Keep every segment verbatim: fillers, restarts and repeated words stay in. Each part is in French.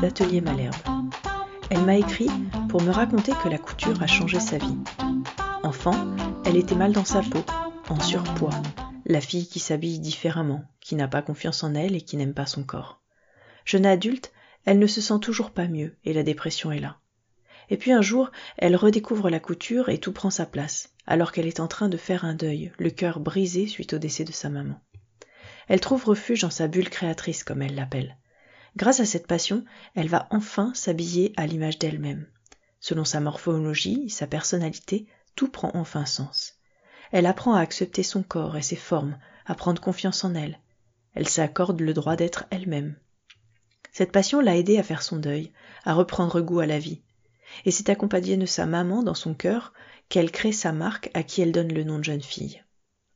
d'Atelier Malherbe. Elle m'a écrit pour me raconter que la couture a changé sa vie. Enfant, elle était mal dans sa peau, en surpoids, la fille qui s'habille différemment, qui n'a pas confiance en elle et qui n'aime pas son corps. Jeune adulte, elle ne se sent toujours pas mieux et la dépression est là. Et puis un jour, elle redécouvre la couture et tout prend sa place, alors qu'elle est en train de faire un deuil, le cœur brisé suite au décès de sa maman. Elle trouve refuge dans sa bulle créatrice, comme elle l'appelle. Grâce à cette passion, elle va enfin s'habiller à l'image d'elle-même. Selon sa morphologie, sa personnalité, tout prend enfin sens. Elle apprend à accepter son corps et ses formes, à prendre confiance en elle. Elle s'accorde le droit d'être elle-même. Cette passion l'a aidée à faire son deuil, à reprendre goût à la vie. Et c'est accompagnée de sa maman dans son cœur qu'elle crée sa marque à qui elle donne le nom de jeune fille.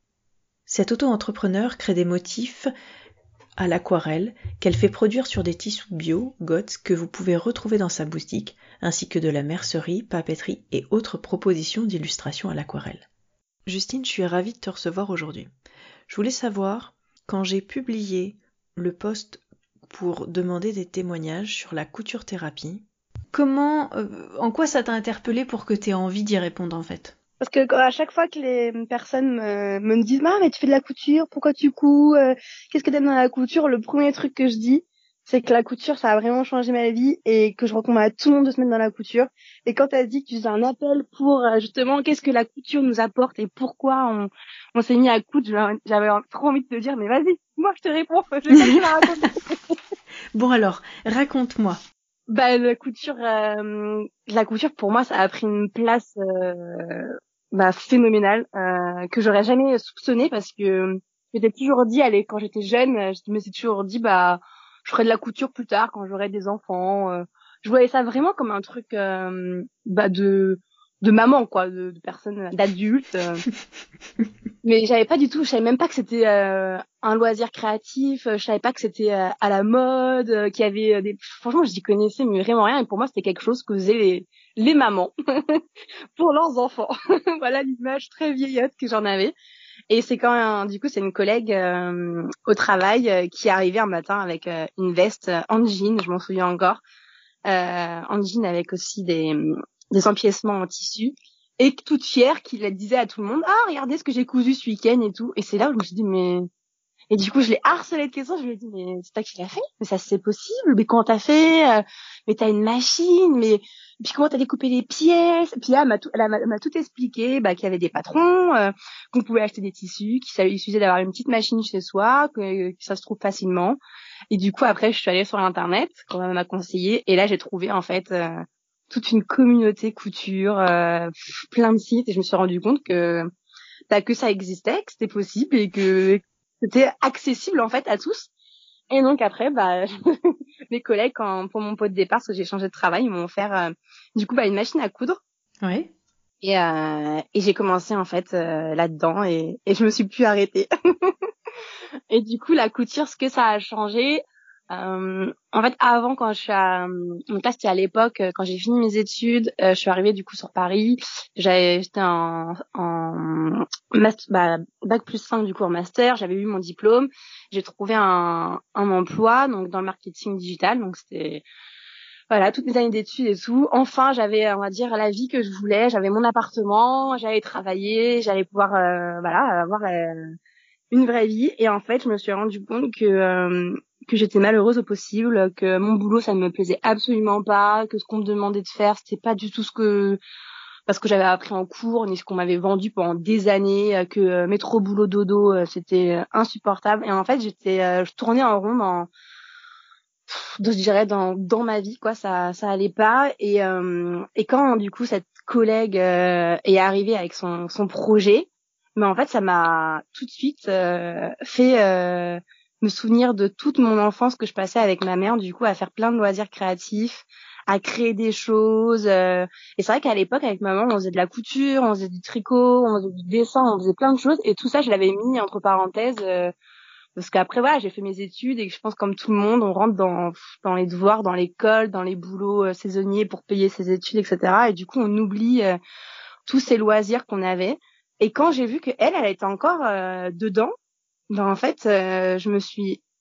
Cette auto-entrepreneur crée des motifs à l'aquarelle qu'elle fait produire sur des tissus bio, G O T S, que vous pouvez retrouver dans sa boutique, ainsi que de la mercerie, papeterie et autres propositions d'illustration à l'aquarelle. Justine, je suis ravie de te recevoir aujourd'hui. Je voulais savoir, quand j'ai publié le post pour demander des témoignages sur la couture thérapie, comment, euh, en quoi ça t'a interpellé pour que tu aies envie d'y répondre en fait? Parce que à chaque fois que les personnes me, me disent ah mais tu fais de la couture, pourquoi tu couds, euh, qu'est-ce que t'aimes dans la couture, le premier truc que je dis c'est que la couture ça a vraiment changé ma vie et que je recommande à tout le monde de se mettre dans la couture. Et quand t'as dit que tu faisais un appel pour euh, justement qu'est-ce que la couture nous apporte et pourquoi on, on s'est mis à coudre, j'avais trop envie de te dire mais vas-y, moi je te réponds, je vais pas te la raconter. Bon alors, raconte-moi. Bah la couture, euh, la couture pour moi ça a pris une place euh, bah phénoménale euh, que j'aurais jamais soupçonné parce que je m'étais toujours dit, allez quand j'étais jeune, je me suis toujours dit bah je ferai de la couture plus tard quand j'aurai des enfants. Euh, je voyais ça vraiment comme un truc euh, bah de de maman quoi, de, de personne d'adulte. Euh. Mais j'avais pas du tout, je savais même pas que c'était euh, un loisir créatif, je savais pas que c'était euh, à la mode, euh, qu'il y avait euh, des... Franchement, j'y connaissais mais vraiment rien et pour moi, c'était quelque chose que faisaient les, les mamans pour leurs enfants. Voilà l'image très vieillotte que j'en avais. Et c'est quand un, du coup, c'est une collègue euh, au travail euh, qui est arrivée un matin avec euh, une veste euh, en jean, je m'en souviens encore, euh, en jean avec aussi des, des empiècements en tissu. Et toute fière qu'il la disait à tout le monde, ah, regardez ce que j'ai cousu ce week-end et tout. Et c'est là où je me suis dit, mais, et du coup, je l'ai harcelé de questions, je lui ai dit, mais c'est toi qui l'as fait? Mais ça, c'est possible? Mais comment t'as fait? Euh, mais t'as une machine? Mais, et puis comment t'as découpé les pièces? Et puis là, elle m'a tout, elle m'a, m'a tout expliqué, bah, qu'il y avait des patrons, euh, qu'on pouvait acheter des tissus, qu'il suffisait d'avoir une petite machine chez soi, que, que ça se trouve facilement. Et du coup, après, je suis allée sur Internet, quand elle m'a conseillé, et là, j'ai trouvé, en fait, euh, toute une communauté couture, euh, plein de sites, et je me suis rendu compte que bah, que ça existait, que c'était possible et que c'était accessible en fait à tous. Et donc après, bah mes collègues, quand pour mon pot de départ, parce que j'ai changé de travail, ils m'ont offert euh, du coup bah une machine à coudre. Ouais. Et euh, et j'ai commencé en fait euh, là-dedans et et je me suis plus arrêtée. Et du coup la couture, ce que ça a changé. Euh, en fait, avant, quand je suis à, donc là, c'était à l'époque, quand j'ai fini mes études, euh, je suis arrivée du coup sur Paris. J'avais, j'étais en, en master, bah, bac plus cinq du coup en master. J'avais eu mon diplôme. J'ai trouvé un, un emploi donc dans le marketing digital. Donc c'était voilà toutes mes années d'études et tout. Enfin, j'avais, on va dire, la vie que je voulais. J'avais mon appartement, j'allais travailler, j'allais pouvoir euh, voilà avoir euh, une vraie vie. Et en fait, je me suis rendu compte que euh, que j'étais malheureuse au possible, que mon boulot ça ne me plaisait absolument pas, que ce qu'on me demandait de faire c'était pas du tout ce que parce que j'avais appris en cours ni ce qu'on m'avait vendu pendant des années, que euh, métro boulot dodo euh, c'était insupportable. Et en fait j'étais euh, je tournais en rond dans je dirais dans dans ma vie quoi, ça ça allait pas. Et euh, et quand du coup cette collègue euh, est arrivée avec son son projet, mais en fait ça m'a tout de suite euh, fait euh, me souvenir de toute mon enfance que je passais avec ma mère, du coup à faire plein de loisirs créatifs, à créer des choses. Euh, et c'est vrai qu'à l'époque avec maman on faisait de la couture, on faisait du tricot, on faisait du dessin, on faisait plein de choses. Et tout ça je l'avais mis entre parenthèses. Euh, parce qu'après, voilà, j'ai fait mes études et que je pense comme tout le monde, on rentre dans, dans les devoirs, dans l'école, dans les boulots euh, saisonniers pour payer ses études, et cetera. Et du coup, on oublie euh, tous ces loisirs qu'on avait. Et quand j'ai vu que elle, elle était encore euh, dedans, ben en fait, euh, je me suis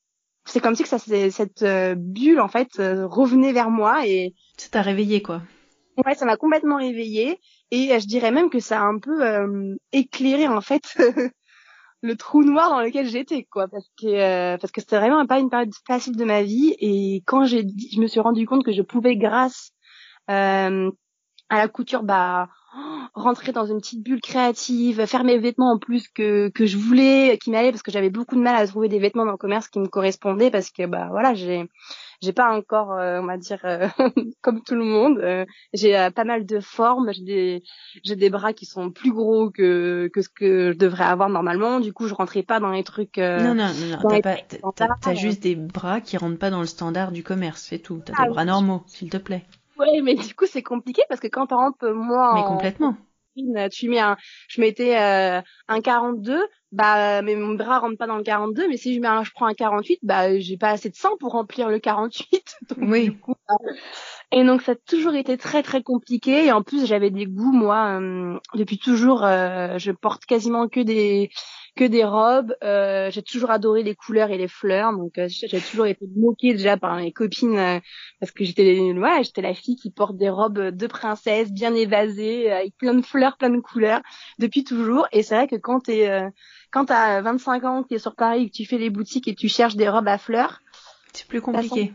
c'est comme si que ça, cette euh, bulle en fait euh, revenait vers moi et ça t'a réveillé quoi. Ouais, ça m'a complètement réveillée et euh, je dirais même que ça a un peu euh, éclairé en fait le trou noir dans lequel j'étais quoi, parce que euh, parce que c'était vraiment pas une période facile de ma vie et quand j'ai dit, je me suis rendu compte que je pouvais grâce euh, à la couture bah rentrer dans une petite bulle créative, faire mes vêtements en plus que que je voulais, qui m'allaient parce que j'avais beaucoup de mal à trouver des vêtements dans le commerce qui me correspondaient parce que bah voilà, j'ai j'ai pas encore euh, on va dire euh, comme tout le monde, euh, j'ai euh, pas mal de formes, j'ai des j'ai des bras qui sont plus gros que que ce que je devrais avoir normalement, du coup je rentrais pas dans les trucs euh, non non non, non t'as pas t'as, t'as juste des bras qui rentrent pas dans le standard du commerce, c'est tout. T'as ah, des bras oui. normaux, s'il te plaît. Ouais, mais du coup c'est compliqué parce que quand par exemple moi mais complètement en... tu mets un je mettais euh, un quarante-deux, bah mais mon bras rentre pas dans le quarante-deux, mais si je mets un je prends un quarante-huit, bah j'ai pas assez de sang pour remplir le quarante-huit. Donc oui. Du coup, bah... et donc ça a toujours été très très compliqué et en plus j'avais des goûts moi euh, depuis toujours euh, je porte quasiment que des que des robes, euh, j'ai toujours adoré les couleurs et les fleurs, donc euh, j'ai toujours été moquée déjà par mes copines euh, parce que j'étais ouais, j'étais la fille qui porte des robes de princesse bien évasées avec plein de fleurs, plein de couleurs depuis toujours. Et c'est vrai que quand t'es euh, quand t'as vingt-cinq ans, que t'es sur Paris, que tu fais les boutiques et tu cherches des robes à fleurs, c'est plus compliqué.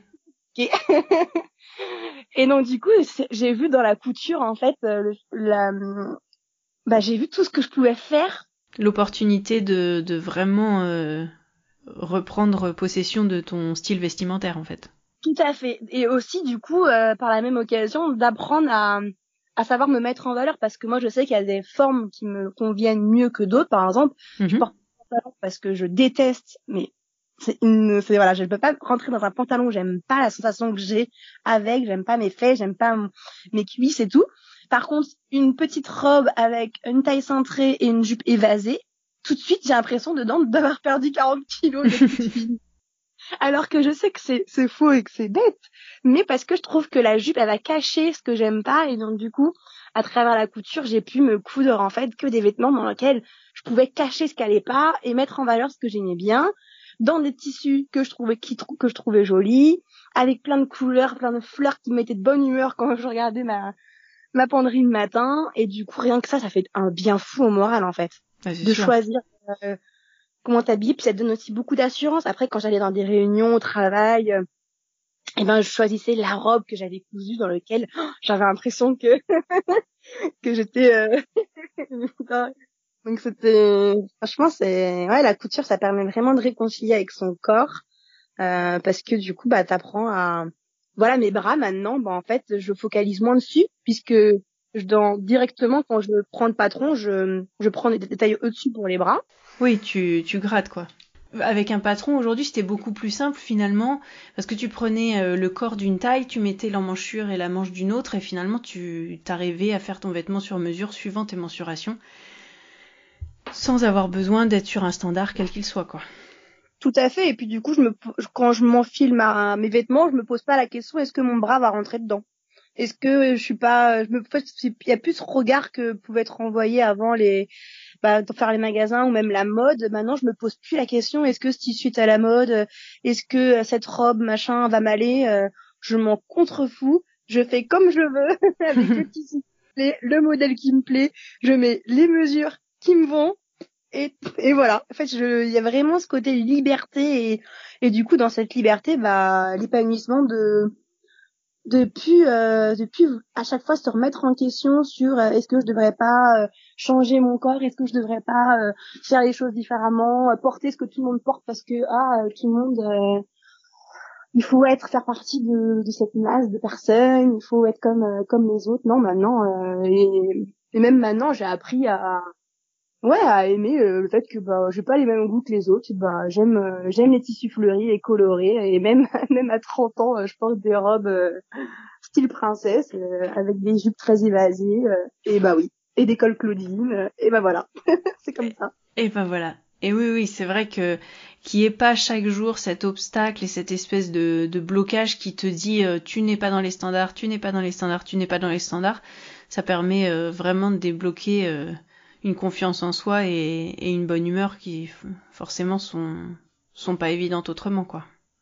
Et donc du coup, j'ai vu dans la couture en fait euh, la bah j'ai vu tout ce que je pouvais faire. L'opportunité de, de vraiment euh, reprendre possession de ton style vestimentaire, en fait. Tout à fait. Et aussi, du coup, euh, par la même occasion, d'apprendre à, à savoir me mettre en valeur parce que moi, je sais qu'il y a des formes qui me conviennent mieux que d'autres. Par exemple, mm-hmm. je porte un pantalon parce que je déteste, mais c'est une, c'est voilà, je ne peux pas rentrer dans un pantalon. J'aime pas la sensation que j'ai avec, j'aime pas mes fesses, j'aime pas mon, mes cuisses et tout. Par contre, une petite robe avec une taille cintrée et une jupe évasée, tout de suite, j'ai l'impression dedans d'avoir perdu quarante kilos. Alors que je sais que c'est, c'est faux et que c'est bête, mais parce que je trouve que la jupe, elle va cacher ce que j'aime pas, et donc du coup, à travers la couture, j'ai pu me coudre en fait que des vêtements dans lesquels je pouvais cacher ce qui allait pas et mettre en valeur ce que j'aimais bien, dans des tissus que je trouvais qui, que je trouvais jolis, avec plein de couleurs, plein de fleurs qui me mettaient de bonne humeur quand je regardais ma ma penderie le matin, et du coup rien que ça, ça fait un bien fou au moral en fait, ah, de sûr. choisir. Euh, comment t'habilles, puis ça te donne aussi beaucoup d'assurance. Après, quand j'allais dans des réunions au travail, euh, eh ben, je choisissais la robe que j'avais cousue dans laquelle oh, j'avais l'impression que que j'étais. Euh... Donc c'était, franchement, c'est ouais, la couture, ça permet vraiment de réconcilier avec son corps, euh, parce que du coup, bah, t'apprends à, voilà, mes bras maintenant, bah en fait, je focalise moins dessus puisque je dans directement quand je prends le patron, je je prends des détails au-dessus pour les bras. Oui, tu tu grattes quoi. Avec un patron aujourd'hui, c'était beaucoup plus simple finalement parce que tu prenais euh, le corps d'une taille, tu mettais l'emmanchure et la manche d'une autre et finalement tu t'arrivais à faire ton vêtement sur mesure suivant tes mensurations sans avoir besoin d'être sur un standard quel qu'il soit quoi. Tout à fait. Et puis du coup, je me, quand je m'enfile ma, mes vêtements, je me pose pas la question est-ce que mon bras va rentrer dedans. Est-ce que je suis pas, je me, il y a plus ce regard que pouvait être renvoyé avant les, bah, pour faire les magasins ou même la mode. Maintenant, je me pose plus la question est-ce que ce tissu est à la mode, est-ce que cette robe machin va m'aller. Euh, je m'en contrefous. Je fais comme je veux avec le tissu qui me plaît, le modèle qui me plaît. Je mets les mesures qui me vont. Et, et voilà. En fait, je, il y a vraiment ce côté liberté et, et du coup, dans cette liberté, bah, l'épanouissement de, de plus, euh, de plus à chaque fois se remettre en question sur euh, est-ce que je devrais pas euh, changer mon corps, est-ce que je devrais pas euh, faire les choses différemment, euh, porter ce que tout le monde porte parce que ah, euh, tout le monde, euh, il faut être faire partie de, de cette masse de personnes, il faut être comme euh, comme les autres. Non, maintenant euh, et, et même maintenant, j'ai appris à Ouais, à aimer euh, le fait que bah j'ai pas les mêmes goûts que les autres. Bah j'aime euh, j'aime les tissus fleuris et colorés et même même à trente ans, euh, je porte des robes euh, style princesse euh, avec des jupes très évasées euh, et bah oui, et des cols Claudine euh, et bah voilà. C'est comme ça. Et bah voilà. Et oui oui, c'est vrai que qu'il y ait pas chaque jour cet obstacle et cette espèce de de blocage qui te dit euh, tu n'es pas dans les standards, tu n'es pas dans les standards, tu n'es pas dans les standards, ça permet euh, vraiment de débloquer euh, une confiance en soi et, et une bonne humeur qui forcément sont sont pas évidentes autrement quoi.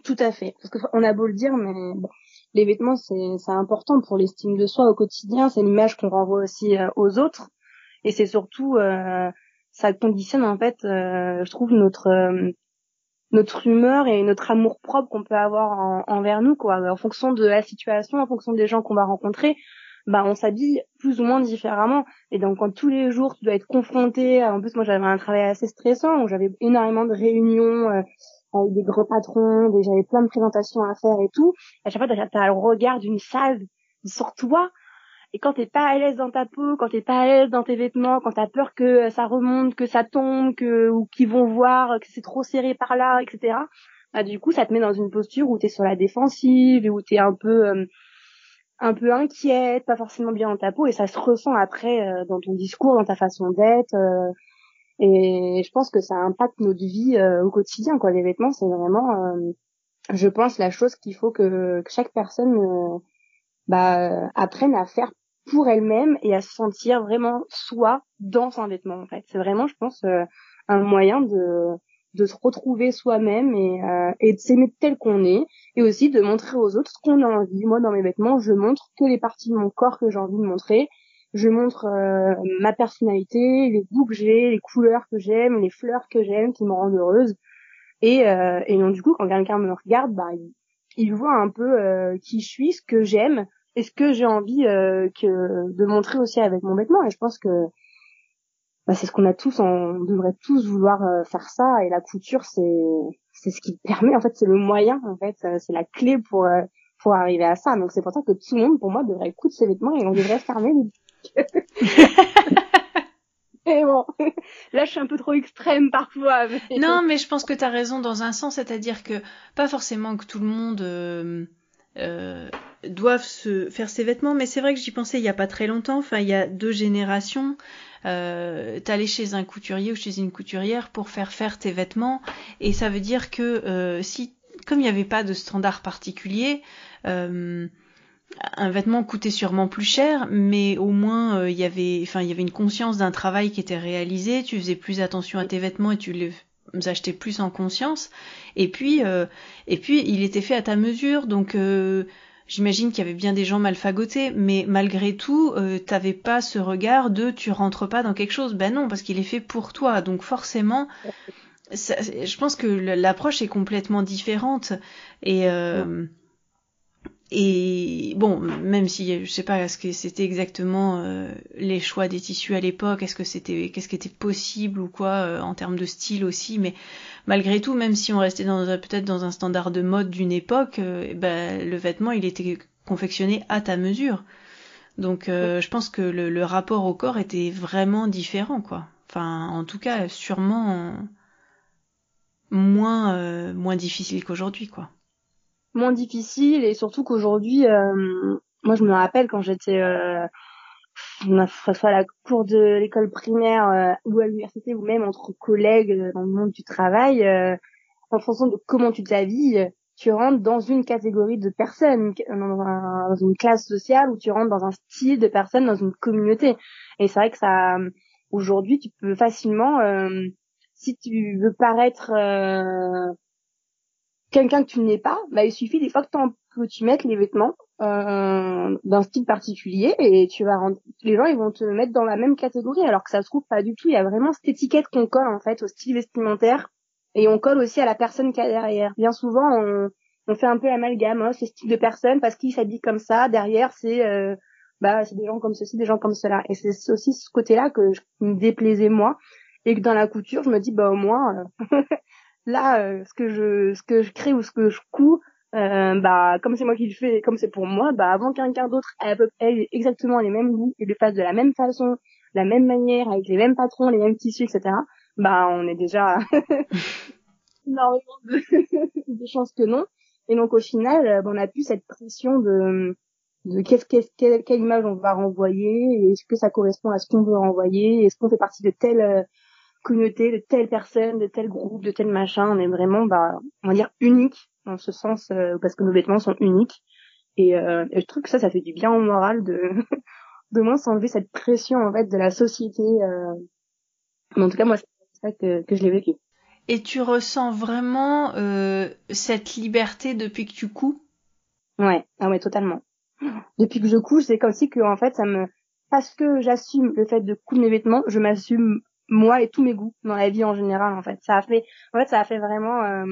Tout à fait. Parce qu'on a beau le dire, mais bon, les vêtements, c'est, c'est important pour l'estime de soi au quotidien. C'est l'image qu'on renvoie aussi euh, aux autres. Et c'est surtout, euh, ça conditionne en fait, euh, je trouve, notre euh, notre humeur et notre amour propre qu'on peut avoir en, envers nous, quoi. En fonction de la situation, en fonction des gens qu'on va rencontrer, bah on s'habille plus ou moins différemment. Et donc quand tous les jours tu dois être confronté, en plus moi j'avais un travail assez stressant où j'avais énormément de réunions euh, avec des gros patrons, des, j'avais plein de présentations à faire et tout. À chaque fois t'as, t'as le regard d'une salle sur toi. Et quand t'es pas à l'aise dans ta peau, quand t'es pas à l'aise dans tes vêtements, quand t'as peur que ça remonte, que ça tombe, que ou qu'ils vont voir que c'est trop serré par là, et cetera. Bah du coup, ça te met dans une posture où t'es sur la défensive, où t'es un peu euh, un peu inquiète, pas forcément bien dans ta peau, et ça se ressent après euh, dans ton discours, dans ta façon d'être. Euh, et je pense que ça impacte notre vie euh, au quotidien, quoi. Les vêtements, c'est vraiment, euh, je pense, la chose qu'il faut que, que chaque personne euh, bah apprenne à faire pour elle-même et à se sentir vraiment soi dans un vêtement, en fait. C'est vraiment, je pense, euh, un moyen de de se retrouver soi-même et euh, et de s'aimer tel qu'on est, et aussi de montrer aux autres ce qu'on a envie. Moi, dans mes vêtements, je montre que les parties de mon corps que j'ai envie de montrer. Je montre euh, ma personnalité, les goûts que j'ai, les couleurs que j'aime, les fleurs que j'aime qui me rendent heureuse. Et euh, et donc du coup, quand quelqu'un me regarde, bah il, il voit un peu euh, qui je suis, ce que j'aime et ce que j'ai envie euh, que de montrer aussi avec mon vêtement. Et je pense que bah, c'est ce qu'on a tous, on devrait tous vouloir euh, faire ça. Et la couture, c'est c'est ce qui permet, en fait, c'est le moyen, en fait, euh, c'est la clé pour euh, pour arriver à ça. Donc c'est pour ça que tout le monde, pour moi, devrait coudre ses vêtements et on devrait fermer les... Et bon, là je suis un peu trop extrême parfois. Mais... Non, mais je pense que tu as raison dans un sens, c'est-à-dire que pas forcément que tout le monde euh, euh, doive se faire ses vêtements, mais c'est vrai que j'y pensais il y a pas très longtemps, enfin il y a deux générations, euh, t'allais chez un couturier ou chez une couturière pour faire faire tes vêtements, et ça veut dire que euh, si, comme il n'y avait pas de standard particulier, euh, un vêtement coûtait sûrement plus cher, mais au moins il euh, y avait, enfin il y avait une conscience d'un travail qui était réalisé. Tu faisais plus attention à tes vêtements et tu les achetais plus en conscience. Et puis, euh, et puis il était fait à ta mesure, donc euh, j'imagine qu'il y avait bien des gens mal fagotés, mais malgré tout, euh, t'avais pas ce regard de tu rentres pas dans quelque chose. Ben non, parce qu'il est fait pour toi, donc forcément. Ça, je pense que l'approche est complètement différente et euh, Et bon, même si je sais pas ce que c'était exactement euh, les choix des tissus à l'époque, est-ce que c'était, qu'est-ce qui était possible ou quoi euh, en termes de style aussi, mais malgré tout, même si on restait dans un, peut-être dans un standard de mode d'une époque, euh, ben, le vêtement il était confectionné à ta mesure. Donc euh, je pense que le, le rapport au corps était vraiment différent, quoi. Enfin, en tout cas, sûrement moins euh, moins difficile qu'aujourd'hui, quoi. Moins difficile, et surtout qu'aujourd'hui, euh, moi je me rappelle quand j'étais euh, soit à la cour de l'école primaire euh, ou à l'université ou même entre collègues euh, dans le monde du travail, euh, en fonction de comment tu t'habilles, tu rentres dans une catégorie de personnes, dans, un, dans une classe sociale, ou tu rentres dans un style de personnes, dans une communauté. Et c'est vrai que ça, aujourd'hui, tu peux facilement, euh, si tu veux paraître euh, quelqu'un que tu n'es pas, bah il suffit des fois que, que tu mettes les vêtements euh, d'un style particulier, et tu vas rendre, les gens ils vont te mettre dans la même catégorie, alors que ça se trouve pas du tout. Il y a vraiment cette étiquette qu'on colle en fait au style vestimentaire, et on colle aussi à la personne qu'il y a derrière. Bien souvent on, on fait un peu l'amalgame, hein, ce style de personne parce qu'ils s'habillent comme ça, derrière c'est euh, bah c'est des gens comme ceci, des gens comme cela. Et c'est aussi ce côté-là que je, qui me déplaisait moi, et que dans la couture je me dis bah au moins euh, là euh, ce que je ce que je crée ou ce que je couds, euh, bah comme c'est moi qui le fais, comme c'est pour moi, bah avant qu'un quelqu'un d'autre ait, ait exactement les mêmes goûts et le fasse de la même façon, de la même manière, avec les mêmes patrons, les mêmes tissus, et cetera, bah on est déjà énormément de, de chances que non. Et donc au final, euh, on a plus cette pression de de qu'est-ce qu'est-ce quelle, quelle image on va renvoyer, et est-ce que ça correspond à ce qu'on veut renvoyer, est-ce qu'on fait partie de telle euh, communauté, de telle personne, de tel groupe, de tel machin. On est vraiment, bah, on va dire unique dans ce sens, euh, parce que nos vêtements sont uniques. Et, euh, et je trouve que ça, ça fait du bien au moral de, de moins s'enlever cette pression en fait de la société. Euh... Mais en tout cas, moi, c'est ça que, que je l'ai vécu. Et tu ressens vraiment euh, cette liberté depuis que tu couds? Ouais, ah ouais, totalement. Depuis que je couds, c'est comme si que, en fait, ça me, parce que j'assume le fait de coudre mes vêtements, je m'assume moi et tous mes goûts dans la vie en général, en fait. Ça a fait, en fait, ça a fait vraiment, euh,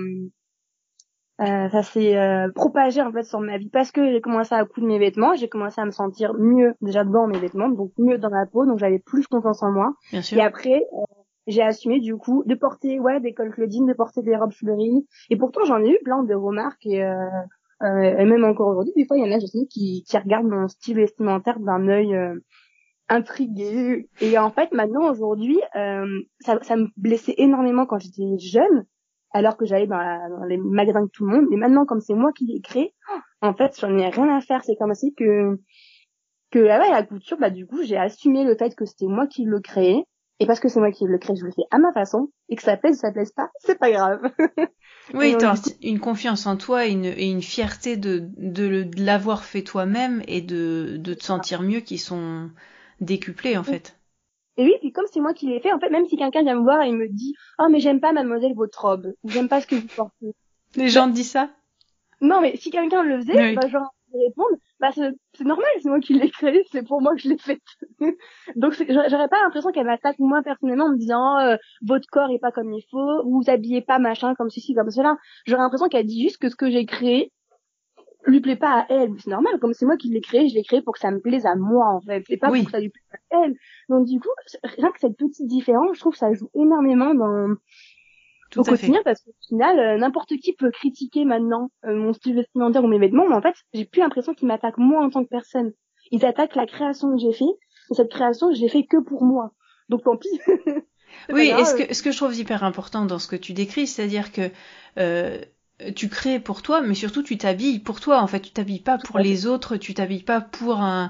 euh, ça s'est euh, propagé, en fait, sur ma vie parce que j'ai commencé à coudre mes vêtements, j'ai commencé à me sentir mieux déjà dans mes vêtements, donc mieux dans ma peau, donc j'avais plus confiance en moi. Bien sûr. Et après, euh, j'ai assumé, du coup, de porter, ouais, des cols Claudine, de porter des robes fleuries. Et pourtant, j'en ai eu plein de remarques et, euh, Euh, et même encore aujourd'hui, des fois, il y en a, je sais, qui, qui regardent mon style vestimentaire d'un œil euh, intrigué. Et en fait, maintenant, aujourd'hui, euh, ça, ça me blessait énormément quand j'étais jeune, alors que j'allais dans, la, dans les magasins de tout le monde. Et maintenant, comme c'est moi qui l'ai créé, en fait, j'en ai rien à faire. C'est comme si que que ah ouais, la couture, bah du coup, j'ai assumé le fait que c'était moi qui le créais. Et parce que c'est moi qui le crée, je le fais à ma façon. Et que ça plaise ou ça plaise pas, c'est pas grave. Oui, Donc, t'as du coup, une confiance en toi et une, et une fierté de, de, de l'avoir fait toi-même et de, de te sentir mieux qui sont décuplées en fait. et oui, puis comme c'est moi qui l'ai fait, en fait, même si quelqu'un vient me voir et me dit « Oh, mais j'aime pas, mademoiselle, votre robe » ou « J'aime pas ce que vous portez ». Les Bah, gens te disent ça? non, mais si quelqu'un le faisait, Oui. bah, genre, je vais répondre « Bah, c'est, c'est normal, c'est moi qui l'ai créé, c'est pour moi que je l'ai faite. » Donc, c'est, j'aurais pas l'impression qu'elle m'attaque moi personnellement en me disant oh, « Votre corps est pas comme il faut, vous vous habillez pas, machin, comme ceci, comme cela. » J'aurais l'impression qu'elle dit juste que ce que j'ai créé lui plaît pas à elle. C'est normal, comme c'est moi qui l'ai créé, je l'ai créé pour que ça me plaise à moi, en fait, et pas pour que Oui, ça lui plaise à elle. Donc du coup, rien que cette petite différence, je trouve que ça joue énormément dans tout au à fait. quotidien, parce qu'au final, euh, n'importe qui peut critiquer maintenant euh, mon style vestimentaire ou mes vêtements, mais en fait, j'ai plus l'impression qu'ils m'attaquent moi en tant que personne. Ils attaquent la création que j'ai fait, et cette création, je l'ai fait que pour moi. Donc tant pis, c'est pas Oui, et ce grave. que, ce que je trouve hyper important dans ce que tu décris, c'est-à-dire que euh, tu crées pour toi, mais surtout tu t'habilles pour toi. En fait, tu t'habilles pas Tout pour à fait. les autres, tu t'habilles pas pour un,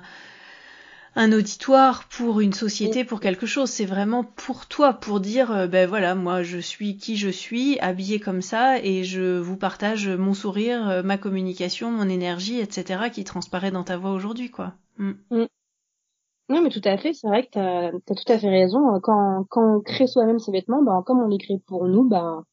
un auditoire, pour une société, pour quelque chose. C'est vraiment pour toi, pour dire, euh, ben voilà, moi je suis qui je suis, habillée comme ça, et je vous partage mon sourire, euh, ma communication, mon énergie, et cetera, qui transparaît dans ta voix aujourd'hui, quoi. Mm. Mm. Non, mais tout à fait, c'est vrai que t'as, t'as tout à fait raison. Quand, quand on crée soi-même ses vêtements, bah, comme on les crée pour nous, bah,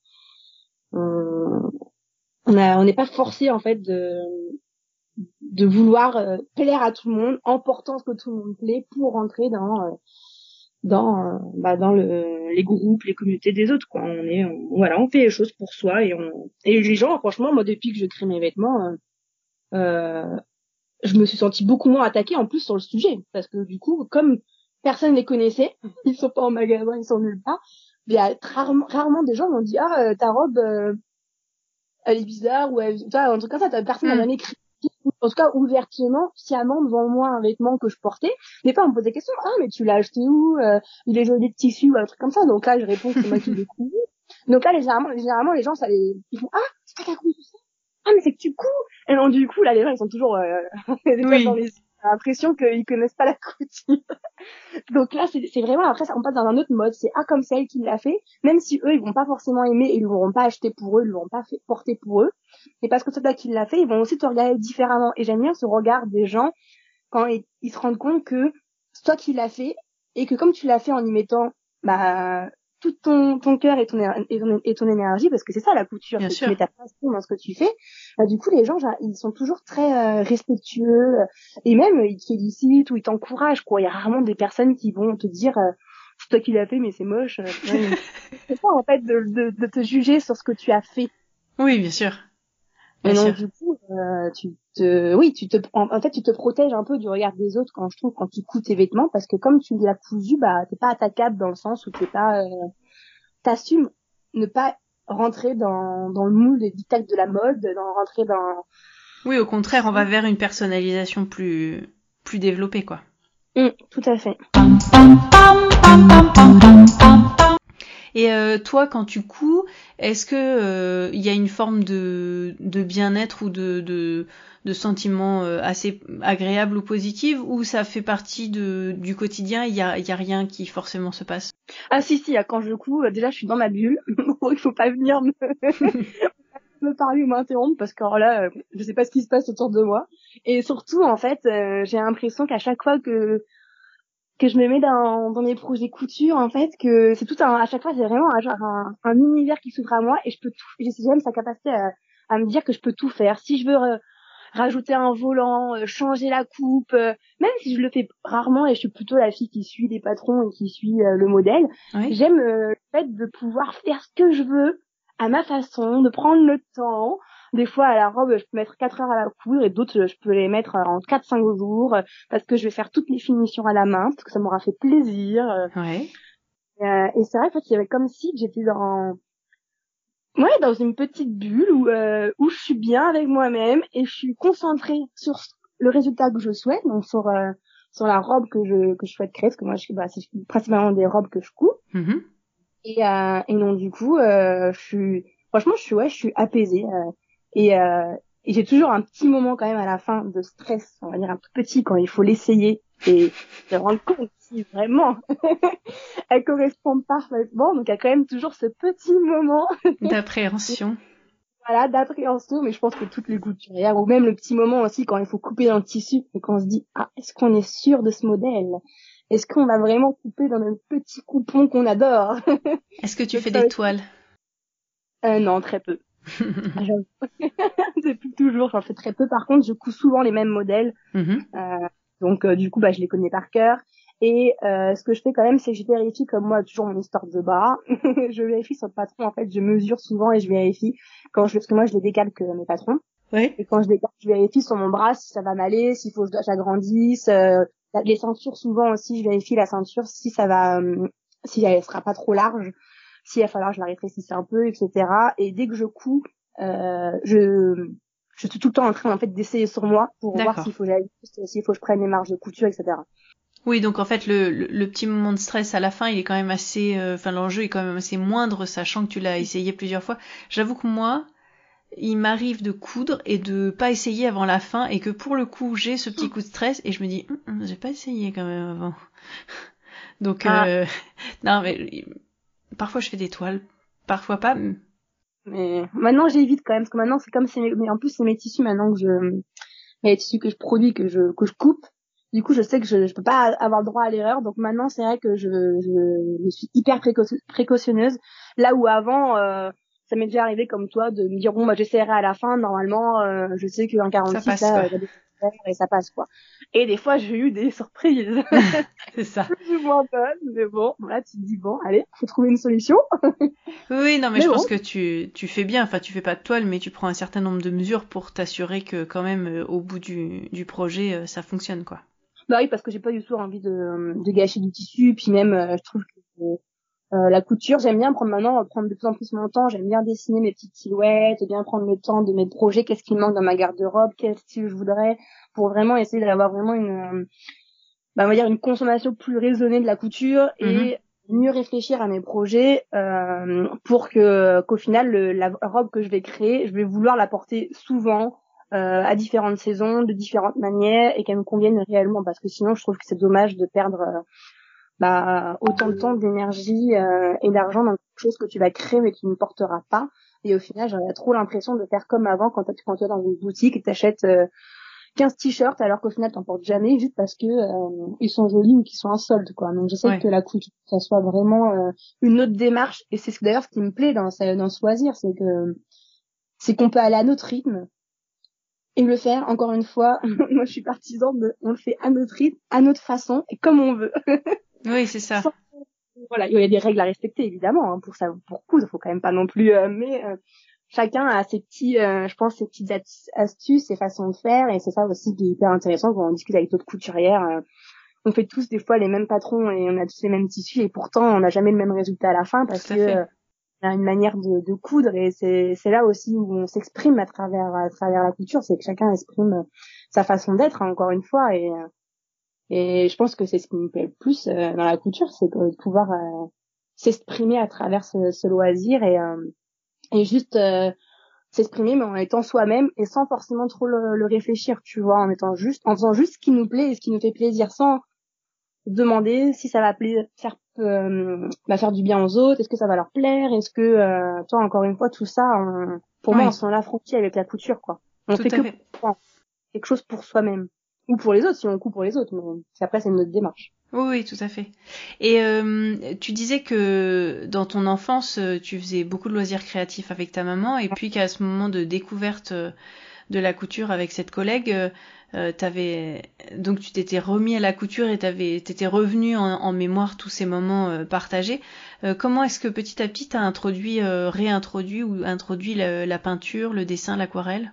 on, on a, on n'est pas forcé, en fait, de, de vouloir euh, plaire à tout le monde en portant ce que tout le monde plaît pour rentrer dans, euh, dans, euh, bah, dans le, les groupes, les communautés des autres, quoi. On est, on- voilà, on fait les choses pour soi et on, et les gens, franchement, moi, depuis que je crée mes vêtements, euh, euh, je me suis sentie beaucoup moins attaquée en plus sur le sujet parce que du coup comme personne les connaissait, ils sont pas en magasin, ils sont nulle part, il y a rarement, rarement des gens m'ont dit ah euh, ta robe euh, elle est bizarre ou elle, tu vois, un truc comme ça, personne n'a Mm. jamais critiqué, en tout cas ouvertement, sciemment devant moi un vêtement que je portais. Des fois on me posait des questions, ah mais tu l'as acheté où, euh, il est joli de tissu ou un truc comme ça, donc là je réponds que c'est moi qui l'ai cousu. Donc là généralement, généralement les gens ça les ils font ah c'est pas ta cousu ça, ah mais c'est que tu couds. Et donc du coup là les gens ils sont toujours euh, les étoiles dans Oui, les yeux. J'ai l'impression qu'ils connaissent pas la couture. Donc là c'est c'est vraiment après ça on passe dans un autre mode, c'est ah comme c'est elle qui l'a fait, même si eux ils vont pas forcément aimer, ils l'auront pas acheté pour eux, ils l'auront pas fait porter pour eux, et parce que c'est toi qui l'a fait, ils vont aussi te regarder différemment. Et j'aime bien ce regard des gens quand ils, ils se rendent compte que c'est toi qui l'as fait et que comme tu l'as fait en y mettant bah tout ton ton cœur et ton et ton, et ton énergie, parce que c'est ça la couture, bien c'est que tu sûr. mets ta passion dans ce que tu fais. Bah, du coup les gens genre, ils sont toujours très euh, respectueux et même ils te félicitent ou ils t'encouragent, quoi. Il y a rarement des personnes qui vont te dire euh, c'est toi qui l'as fait mais c'est moche. Ouais. C'est pas en fait de, de de te juger sur ce que tu as fait. Oui, bien sûr, Et bien donc sûr. du coup, euh, tu te, oui, tu te, en, en fait, tu te protèges un peu du regard des autres quand je trouve quand tu couds tes vêtements, parce que comme tu l'as cousu, bah t'es pas attaquable dans le sens où t'es pas, euh, t'assumes ne pas rentrer dans dans le moule des dictats de la mode, dans rentrer dans. Oui, au contraire, on va vers une personnalisation plus, plus développée, quoi. Hum, tout à fait. Et euh, toi, quand tu couds, est-ce que euh, il y a une forme de, de bien-être ou de, de, de sentiment euh, assez agréable ou positif, ou ça fait partie de, du quotidien, il y a, il y a rien qui forcément se passe? Ah si si, quand je couds, euh, déjà je suis dans ma bulle, il faut pas venir me me parler ou m'interrompre parce que alors là, euh, je sais pas ce qui se passe autour de moi. Et surtout en fait, euh, j'ai l'impression qu'à chaque fois que que je me mets dans, dans mes projets couture, en fait, que c'est tout un, à chaque fois, c'est vraiment un, genre un, un univers qui s'ouvre à moi et je peux tout, j'aime sa capacité à, à me dire que je peux tout faire. Si je veux euh, rajouter un volant, euh, changer la coupe, euh, même si je le fais rarement et je suis plutôt la fille qui suit les patrons et qui suit euh, le modèle, Oui. j'aime euh, le fait de pouvoir faire ce que je veux à ma façon, de prendre le temps. Des fois, à la robe, je peux mettre quatre heures à la coudre et d'autres, je peux les mettre en quatre cinq jours parce que je vais faire toutes les finitions à la main parce que ça m'aura fait plaisir. Ouais. Euh, et c'est vrai, en fait, il y avait comme si j'étais dans, ouais, dans une petite bulle où, euh, où je suis bien avec moi-même et je suis concentrée sur le résultat que je souhaite, donc sur, euh, sur la robe que je, que je souhaite créer, parce que moi, je, bah, c'est principalement des robes que je couds. Mm-hmm. Et, euh, et donc, du coup, euh, je suis, franchement, je suis, ouais, je suis apaisée, euh, et, euh, et j'ai toujours un petit moment quand même à la fin de stress, on va dire un tout petit, quand il faut l'essayer et se rendre compte si vraiment elle correspond parfaitement. Donc, il y a quand même toujours ce petit moment d'appréhension. Voilà, d'appréhension, mais je pense que toutes les couturières, ou même le petit moment aussi quand il faut couper dans le tissu et qu'on se dit, ah, est-ce qu'on est sûr de ce modèle? Est-ce qu'on va vraiment couper dans notre petit coupon qu'on adore? Est-ce que tu Donc fais ça des aussi- toiles? euh, Non, très peu. J'avoue. Depuis toujours, j'en fais très peu. Par contre, je couds souvent les mêmes modèles. Mm-hmm. Euh, donc, euh, du coup, bah, je les connais par cœur. Et euh, ce que je fais quand même, c'est que je vérifie, comme moi, toujours mon histoire de bas. Je vérifie sur le patron, en fait, je mesure souvent et je vérifie quand je, parce que moi, je les décalque euh, mes patrons. Ouais. Et quand je décalque, je vérifie sur mon bras si ça va m'aller, s'il faut que j'agrandisse. Euh, les ceintures, souvent aussi, je vérifie la ceinture si ça va, euh, si elle sera pas trop large, s'il va falloir que je la rétrécisse un peu, et cetera. Et dès que je couds, euh, je je suis tout le temps en train en fait d'essayer sur moi pour voir D'accord. s'il faut que j'ajuste, s'il faut que je prenne les marges de couture, et cetera. Oui, donc en fait, le, le, le petit moment de stress à la fin, il est quand même assez... euh, Enfin, l'enjeu est quand même assez moindre, sachant que tu l'as essayé plusieurs fois. J'avoue que moi, il m'arrive de coudre et de pas essayer avant la fin, et que pour le coup, j'ai ce petit coup de stress, et je me dis, hum, hum, j'ai pas essayé quand même avant. Donc, Ah, euh... non, mais parfois je fais des toiles, parfois pas. mais maintenant j'évite quand même parce que maintenant c'est comme c'est mes- mais en plus c'est mes tissus maintenant que je les tissus que je produis que je que je coupe. Du coup, je sais que je je peux pas avoir le droit à l'erreur. Donc maintenant, c'est vrai que je je, je suis hyper précau- précautionneuse. Là où avant, euh, ça m'est déjà arrivé comme toi de me dire bon bah j'essaierai à la fin. Normalement, euh, je sais qu'en Ça quarante-six passe, là, quoi. il y a des faire et ça passe quoi. Et des fois, j'ai eu des surprises C'est ça. plus ou moins bonnes. Mais bon, là tu te dis bon, allez, faut trouver une solution. Oui, non, mais Mais je bon. pense que tu, tu fais bien. Enfin, tu fais pas de toile, mais tu prends un certain nombre de mesures pour t'assurer que quand même, euh, au bout du, du projet, euh, ça fonctionne, quoi. Bah oui, parce que j'ai pas du tout envie de, de gâcher du tissu. Puis même, euh, je trouve que euh, la couture, j'aime bien prendre maintenant, prendre de plus en plus mon temps. J'aime bien dessiner mes petites silhouettes, bien prendre le temps de mes projets. Qu'est-ce qui me manque dans ma garde-robe, quel style je voudrais, pour vraiment essayer d'avoir vraiment une, euh, bah, on va dire une consommation plus raisonnée de la couture Mhm. et mieux réfléchir à mes projets euh, pour que qu'au final le, la robe que je vais créer, je vais vouloir la porter souvent euh, à différentes saisons, de différentes manières et qu'elle me convienne réellement parce que sinon je trouve que c'est dommage de perdre euh, bah, autant de temps, d'énergie euh, et d'argent dans quelque chose que tu vas créer mais qui ne portera pas. Et au final, j'aurais trop l'impression de faire comme avant quand, quand tu es dans une boutique et t'achètes euh, quinze t-shirts alors qu'au final t'en portes jamais juste parce que euh, ils sont jolis ou qu'ils sont en solde quoi. Donc j'essaie Ouais. que la couture ça soit vraiment euh, une autre démarche et c'est d'ailleurs ce qui me plaît dans ce, dans ce loisir, c'est que c'est qu'on peut aller à notre rythme et le faire encore une fois. Moi je suis partisan de on le fait à notre rythme, à notre façon et comme on veut. Oui, c'est ça. Sans- voilà, il y a des règles à respecter évidemment hein, pour ça pour coudre, faut quand même pas non plus euh, mais euh, chacun a ses petits, euh, je pense, ses petites astuces, ses façons de faire, et c'est ça aussi qui est hyper intéressant quand on discute avec d'autres couturières. Euh, on fait tous des fois les mêmes patrons et on a tous les mêmes tissus, et pourtant on n'a jamais le même résultat à la fin parce Tout que à fait. euh, on a une manière de, de coudre, et c'est c'est là aussi où on s'exprime à travers à travers la couture, c'est que chacun exprime sa façon d'être hein, encore une fois, et et je pense que c'est ce qui me plaît le plus euh, dans la couture, c'est de pouvoir euh, s'exprimer à travers ce, ce loisir et euh, et juste euh, s'exprimer mais en étant soi-même et sans forcément trop le, le réfléchir, tu vois, en étant juste, en faisant juste ce qui nous plaît et ce qui nous fait plaisir sans demander si ça va plaire, faire, euh, va faire du bien aux autres, est-ce que ça va leur plaire, est-ce que, euh, toi, encore une fois, tout ça, on, pour moi, on Oui, s'en affranchit avec la couture, quoi. On tout fait à que fait. pour soi, quelque chose pour soi-même. Ou pour les autres, si on coupe pour les autres, mais c'est- après, c'est une autre démarche. Oui, oui, tout à fait. Et euh, tu disais que dans ton enfance, tu faisais beaucoup de loisirs créatifs avec ta maman, et puis qu'à ce moment de découverte de la couture avec cette collègue, euh, t'avais donc tu t'étais remis à la couture et t'avais t'étais revenu en, en mémoire tous ces moments euh, partagés. Euh, comment est-ce que petit à petit t'as introduit, euh, réintroduit ou introduit la, la peinture, le dessin, l'aquarelle?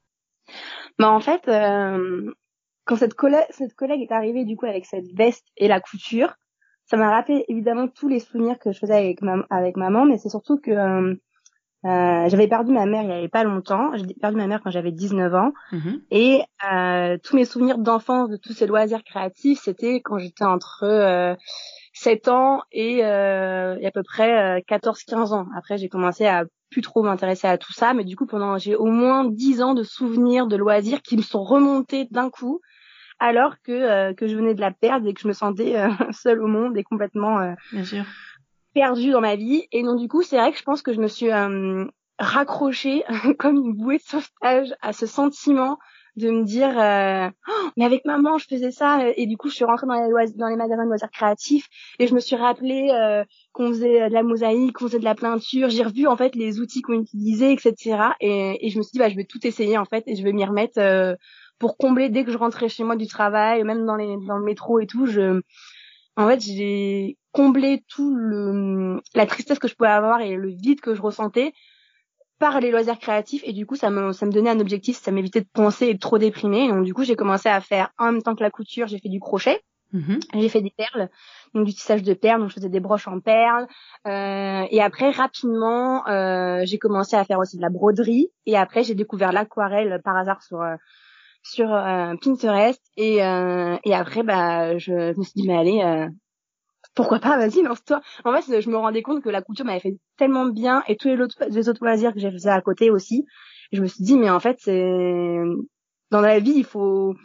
Bah en fait, euh, quand cette collègue, cette collègue est arrivée du coup avec cette veste et la couture, ça m'a rappelé évidemment tous les souvenirs que je faisais avec, ma, avec maman, mais c'est surtout que euh, euh, j'avais perdu ma mère il y avait pas longtemps. J'ai perdu ma mère quand j'avais dix-neuf ans. Mmh. Et euh, tous mes souvenirs d'enfance, de tous ces loisirs créatifs, c'était quand j'étais entre euh, sept ans et, euh, et à peu près euh, quatorze quinze ans. Après, j'ai commencé à plus trop m'intéresser à tout ça, mais du coup, pendant j'ai au moins dix ans de souvenirs, de loisirs qui me sont remontés d'un coup, alors que euh, que je venais de la perdre et que je me sentais euh, seule au monde et complètement euh, Bien sûr. perdue dans ma vie. Et donc du coup, c'est vrai que je pense que je me suis euh, raccrochée comme une bouée de sauvetage à ce sentiment de me dire euh, oh, mais avec maman je faisais ça, et du coup je suis rentrée dans les loisirs, dans les magasins de loisirs créatifs, et je me suis rappelé euh, qu'on faisait de la mosaïque, qu'on faisait de la peinture. J'ai revu en fait les outils qu'on utilisait, etc. et, et je me suis dit bah je vais tout essayer en fait, et je vais m'y remettre euh, pour combler dès que je rentrais chez moi du travail, même dans les dans le métro et tout. Je en fait j'ai comblé tout le la tristesse que je pouvais avoir et le vide que je ressentais par les loisirs créatifs, et du coup ça me ça me donnait un objectif, ça m'évitait de penser et de trop déprimer. Et donc du coup j'ai commencé à faire en même temps que la couture, j'ai fait du crochet. Mmh. J'ai fait des perles, donc du tissage de perles, donc je faisais des broches en perles, euh, et après rapidement euh, j'ai commencé à faire aussi de la broderie, et après j'ai découvert l'aquarelle par hasard sur euh, sur euh, Pinterest, et euh, et après bah je, je me suis dit mais allez euh, pourquoi pas, vas-y, lance-toi. En fait, je me rendais compte que la couture m'avait fait tellement bien, et tous les autres, les autres loisirs que j'ai fait à côté aussi. Et je me suis dit, mais en fait, c'est, dans la vie, il faut,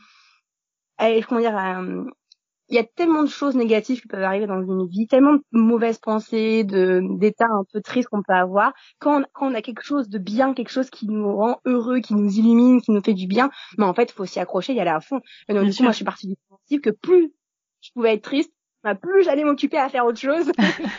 allez, comment dire, euh, il y a tellement de choses négatives qui peuvent arriver dans une vie, tellement de mauvaises pensées, de, d'états un peu tristes qu'on peut avoir. Quand on, quand on a quelque chose de bien, quelque chose qui nous rend heureux, qui nous illumine, qui nous fait du bien, mais en fait, il faut s'y accrocher, y aller à fond. Et donc, Bien du coup, moi, sûr. je suis partie du principe que plus je pouvais être triste, bah, plus j'allais m'occuper à faire autre chose.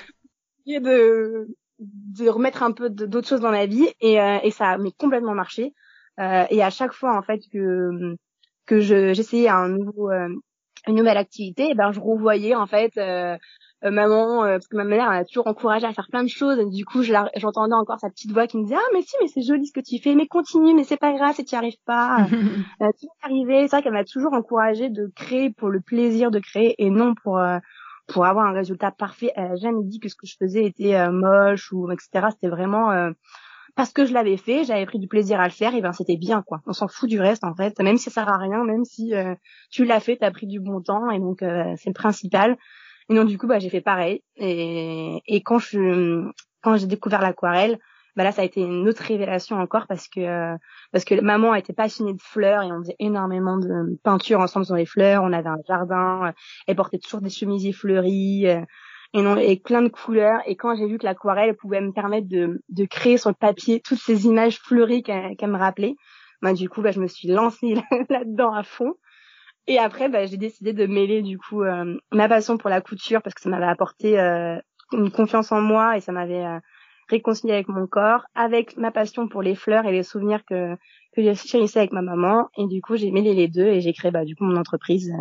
Et de de remettre un peu de, d'autres choses dans ma vie, et euh, et ça a mais complètement marché. Euh, et à chaque fois en fait que que je j'essayais un nouveau euh, une nouvelle activité, et ben je revoyais en fait euh, euh, maman, euh, parce que ma mère m'a toujours encouragée à faire plein de choses, et du coup je la, j'entendais encore sa petite voix qui me disait ah mais si, mais c'est joli ce que tu fais, mais continue, mais c'est pas grave si tu n'y arrives pas, euh, tu vas y arriver. C'est vrai qu'elle m'a toujours encouragée de créer pour le plaisir de créer, et non pour euh, pour avoir un résultat parfait. Elle a jamais dit que ce que je faisais était euh, moche ou et cetera. C'était vraiment euh, parce que je l'avais fait, j'avais pris du plaisir à le faire, et ben c'était bien quoi. On s'en fout du reste en fait, même si ça sert à rien, même si euh, tu l'as fait, t'as pris du bon temps, et donc euh, c'est le principal. Et donc du coup bah j'ai fait pareil, et et quand je quand j'ai découvert l'aquarelle, bah là ça a été une autre révélation encore, parce que euh, parce que maman était passionnée de fleurs, et on faisait énormément de peinture ensemble sur les fleurs. On avait un jardin, euh, elle portait toujours des chemisiers fleuris, euh, et non, et plein de couleurs. Et quand j'ai vu que l'aquarelle pouvait me permettre de de créer sur le papier toutes ces images fleuries qu'elle, qu'elle me rappelait, bah du coup bah je me suis lancée là-dedans à fond. Et après, bah, j'ai décidé de mêler du coup euh, ma passion pour la couture, parce que ça m'avait apporté euh, une confiance en moi, et ça m'avait euh, réconcilié avec mon corps, avec ma passion pour les fleurs et les souvenirs que que j'ai chérissé avec ma maman. Et du coup, j'ai mêlé les deux, et j'ai créé bah du coup mon entreprise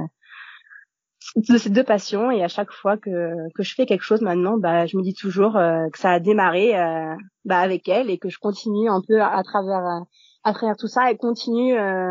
euh, de ces deux passions. Et à chaque fois que que je fais quelque chose maintenant, bah je me dis toujours euh, que ça a démarré euh, bah avec elle, et que je continue un peu à, à travers euh, à travers tout ça, et continue euh,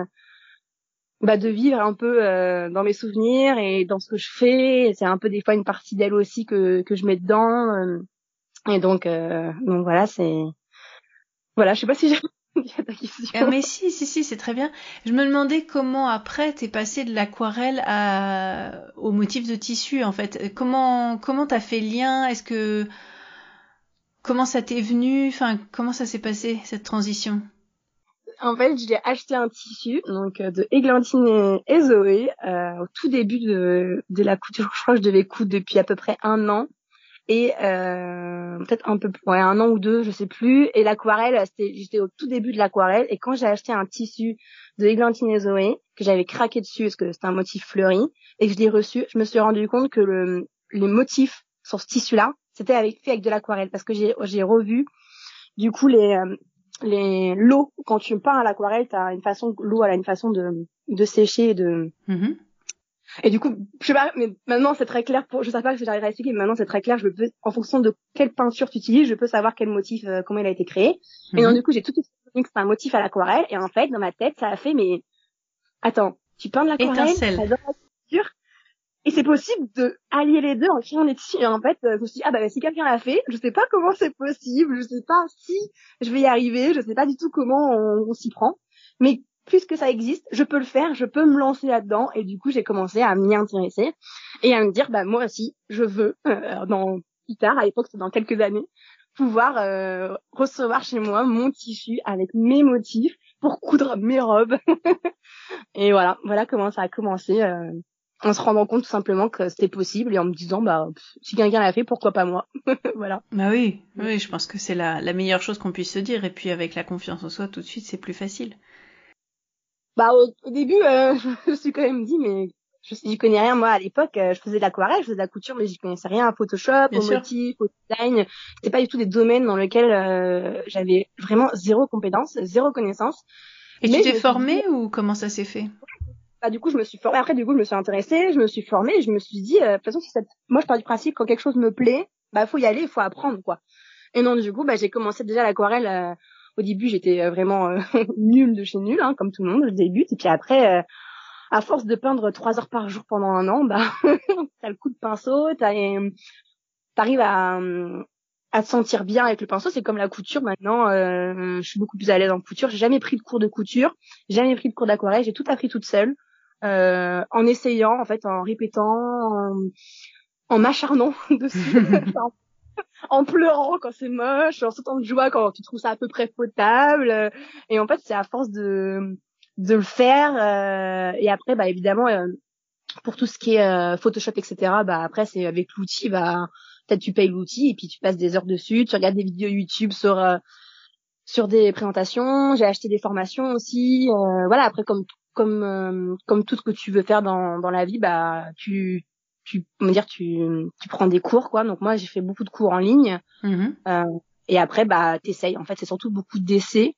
bah de vivre un peu euh, dans mes souvenirs et dans ce que je fais. C'est un peu des fois une partie d'elle aussi que que je mets dedans, euh, et donc euh, donc voilà, c'est voilà, je sais pas si j'ai répondu à ta Ah, question. mais si, si, si, c'est très bien. Je me demandais comment après t'es passé de l'aquarelle à au motif de tissu en fait. Comment comment t'as fait le lien? Est-ce que comment ça t'est venu? Enfin, comment ça s'est passé cette transition? En fait, j'ai acheté un tissu donc euh, de Églantine et, et Zoé euh, au tout début de de la couture. Je crois que je devais coudre depuis à peu près un an. et euh, peut-être un peu ouais un an ou deux, je sais plus. Et l'aquarelle, c'était j'étais au tout début de l'aquarelle, et quand j'ai acheté un tissu de Églantine et Zoé que j'avais craqué dessus parce que c'était un motif fleuri et que je l'ai reçu, je me suis rendu compte que le les motifs sur ce tissu-là, c'était avec fait avec de l'aquarelle, parce que j'ai j'ai revu du coup les euh, les l'eau. Quand tu peins à l'aquarelle, t'as une façon l'eau elle a une façon de de sécher et de Mm-hmm. Et du coup, je sais pas, mais maintenant c'est très clair pour, je sais pas si j'arrive à expliquer, mais maintenant c'est très clair, je peux, en fonction de quelle peinture tu utilises, je peux savoir quel motif, euh, comment il a été créé. Mm-hmm. Et donc du coup, j'ai tout de suite compris que c'est un motif à l'aquarelle, et en fait, dans ma tête, ça a fait, mais, attends, tu peins de l'aquarelle, t'adores la peinture, et c'est possible de allier les deux en créant des tissus. Et en fait, je me suis dit, ah bah si quelqu'un l'a fait, je sais pas comment c'est possible, je sais pas si je vais y arriver, je sais pas du tout comment on, on s'y prend, mais puisque ça existe, je peux le faire, je peux me lancer là-dedans. Et du coup, j'ai commencé à m'y intéresser et à me dire, bah moi aussi, je veux, euh, dans plus tard, à l'époque, c'est dans quelques années, pouvoir euh, recevoir chez moi mon tissu avec mes motifs pour coudre mes robes. Et voilà, voilà comment ça a commencé, euh, en se rendant compte tout simplement que c'était possible et en me disant, bah si quelqu'un l'a fait, pourquoi pas moi. Voilà. Bah oui, oui, je pense que c'est la, la meilleure chose qu'on puisse se dire. Et puis avec la confiance en soi, tout de suite, c'est plus facile. Bah au, au début, euh, je me suis quand même dit, mais je j'y connais rien. Moi à l'époque, euh, je faisais de l'aquarelle, je faisais de la couture, mais j'y connaissais rien à Photoshop, Bien au sûr. motif, au design. C'était pas du tout des domaines dans lesquels euh, j'avais vraiment zéro compétence, zéro connaissance. Et mais tu t'es formée dit... ou comment ça s'est fait? Bah du coup je me suis formée. Après du coup je me suis intéressée, je me suis formée, et je me suis dit, euh, de toute façon si ça, moi je pars du principe quand quelque chose me plaît, bah faut y aller, il faut apprendre quoi. Et non, du coup bah j'ai commencé déjà l'aquarelle. Euh, au début j'étais euh, vraiment euh, nulle de chez nulle, hein, comme tout le monde, je débute, et puis après. Euh, à force de peindre trois heures par jour pendant un an, bah, t'as le coup de pinceau, t'as, t'arrives à, à te sentir bien avec le pinceau. C'est comme la couture maintenant, euh, je suis beaucoup plus à l'aise en couture. J'ai jamais pris de cours de couture, jamais pris de cours d'aquarelle, j'ai tout appris toute seule, euh, en essayant, en fait, en répétant, en, en m'acharnant dessus, en pleurant quand c'est moche, en sautant de joie quand tu trouves ça à peu près potable. Et en fait, c'est à force de de le faire, euh, et après bah évidemment euh, pour tout ce qui est euh, Photoshop, etc., bah après c'est avec l'outil, bah peut-être tu payes l'outil et puis tu passes des heures dessus, tu regardes des vidéos YouTube sur euh, sur des présentations. J'ai acheté des formations aussi, euh, voilà. Après comme comme euh, comme tout ce que tu veux faire dans dans la vie, bah tu tu comment dire tu tu prends des cours quoi. Donc moi j'ai fait beaucoup de cours en ligne. Mmh. Euh, et après bah t'essayes. En fait c'est surtout beaucoup d'essais.